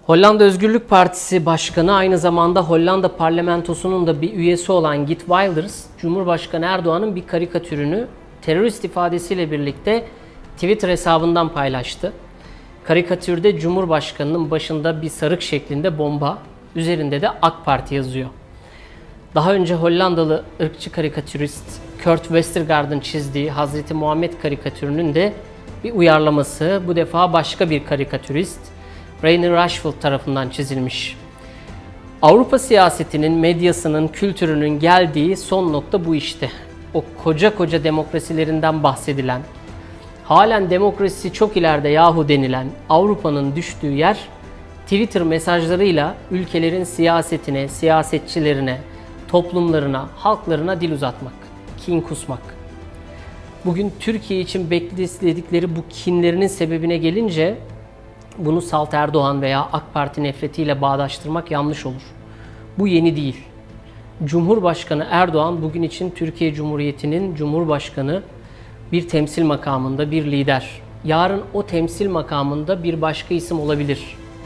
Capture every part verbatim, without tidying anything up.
Hollanda Özgürlük Partisi Başkanı, aynı zamanda Hollanda Parlamentosu'nun da bir üyesi olan Geert Wilders, Cumhurbaşkanı Erdoğan'ın bir karikatürünü terörist ifadesiyle birlikte Twitter hesabından paylaştı. Karikatürde Cumhurbaşkanı'nın başında bir sarık şeklinde bomba, üzerinde de AK Parti yazıyor. Daha önce Hollandalı ırkçı karikatürist Kurt Westergaard'ın çizdiği Hazreti Muhammed karikatürünün de bir uyarlaması, bu defa başka bir karikatürist Rainer Rushfield tarafından çizilmiş. Avrupa siyasetinin, medyasının, kültürünün geldiği son nokta bu işte. O koca koca demokrasilerinden bahsedilen, halen demokrasisi çok ileride yahu denilen Avrupa'nın düştüğü yer, Twitter mesajlarıyla ülkelerin siyasetine, siyasetçilerine, toplumlarına, halklarına dil uzatmak, kin kusmak. Bugün Türkiye için bekledikleri bu kinlerinin sebebine gelince bunu Salt Erdoğan veya AK Parti nefretiyle bağdaştırmak yanlış olur. Bu yeni değil. Cumhurbaşkanı Erdoğan bugün için Türkiye Cumhuriyeti'nin Cumhurbaşkanı, bir temsil makamında bir lider. Yarın o temsil makamında bir başka isim olabilir.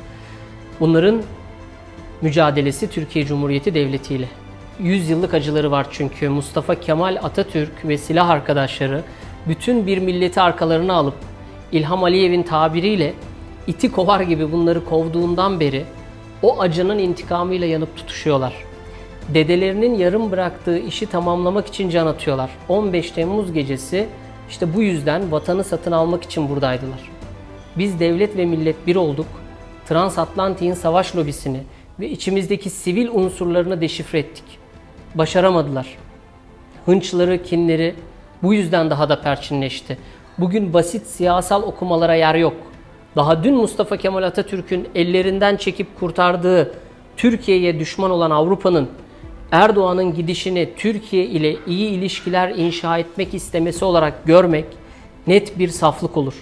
Bunların mücadelesi Türkiye Cumhuriyeti Devleti ile. yüz yıllık acıları var çünkü. Mustafa Kemal Atatürk ve silah arkadaşları bütün bir milleti arkalarına alıp İlham Aliyev'in tabiriyle iti kovar gibi bunları kovduğundan beri o acının intikamıyla yanıp tutuşuyorlar. Dedelerinin yarım bıraktığı işi tamamlamak için can atıyorlar. on beş Temmuz gecesi işte bu yüzden vatanı satın almak için buradaydılar. Biz devlet ve millet bir olduk. Transatlantik'in savaş lobisini ve içimizdeki sivil unsurlarını deşifre ettik. Başaramadılar. Hınçları, kinleri bu yüzden daha da perçinleşti. Bugün basit siyasal okumalara yer yok. Daha dün Mustafa Kemal Atatürk'ün ellerinden çekip kurtardığı Türkiye'ye düşman olan Avrupa'nın Erdoğan'ın gidişini Türkiye ile iyi ilişkiler inşa etmek istemesi olarak görmek net bir saflık olur.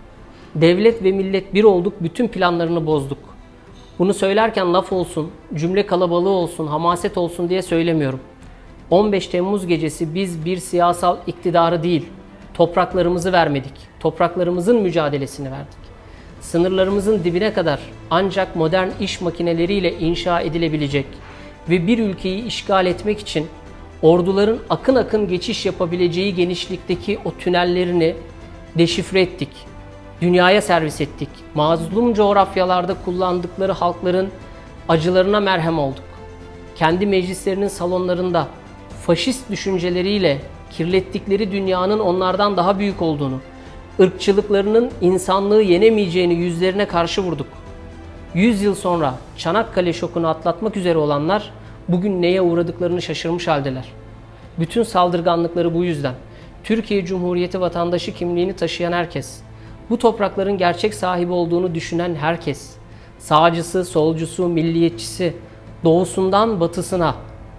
Devlet ve millet bir olduk, bütün planlarını bozduk. Bunu söylerken laf olsun, cümle kalabalığı olsun, hamaset olsun diye söylemiyorum. on beş Temmuz gecesi biz bir siyasal iktidarı değil, topraklarımızı vermedik. Topraklarımızın mücadelesini verdik. Sınırlarımızın dibine kadar ancak modern iş makineleriyle inşa edilebilecek ve bir ülkeyi işgal etmek için orduların akın akın geçiş yapabileceği genişlikteki o tünellerini deşifre ettik. Dünyaya servis ettik. Mazlum coğrafyalarda kullandıkları halkların acılarına merhem olduk. Kendi meclislerinin salonlarında faşist düşünceleriyle kirlettikleri dünyanın onlardan daha büyük olduğunu, ırkçılıklarının insanlığı yenemeyeceğini yüzlerine karşı vurduk. yüz yıl sonra Çanakkale şokunu atlatmak üzere olanlar bugün neye uğradıklarını şaşırmış haldeler. Bütün saldırganlıkları bu yüzden. Türkiye Cumhuriyeti vatandaşı kimliğini taşıyan herkes, bu toprakların gerçek sahibi olduğunu düşünen herkes, sağcısı, solcusu, milliyetçisi, doğusundan batısına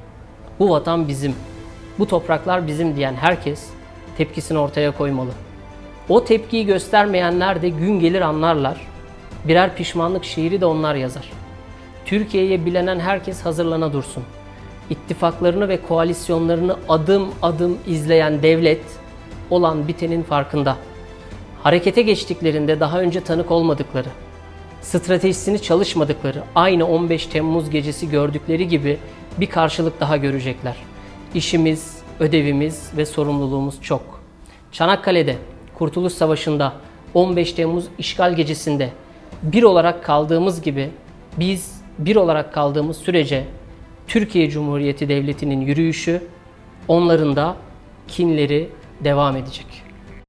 bu vatan bizim, bu topraklar bizim diyen herkes tepkisini ortaya koymalı. O tepkiyi göstermeyenler de gün gelir anlarlar. Birer pişmanlık şiiri de onlar yazar. Türkiye'ye bilenen herkes hazırlana dursun. İttifaklarını ve koalisyonlarını adım adım izleyen devlet olan bitenin farkında. Harekete geçtiklerinde daha önce tanık olmadıkları, stratejisini çalışmadıkları, aynı on beş Temmuz gecesi gördükleri gibi bir karşılık daha görecekler. İşimiz, ödevimiz ve sorumluluğumuz çok. Çanakkale'de, Kurtuluş Savaşı'nda, on beş Temmuz işgal gecesinde bir olarak kaldığımız gibi biz bir olarak kaldığımız sürece Türkiye Cumhuriyeti Devleti'nin yürüyüşü, onların da kinleri devam edecek.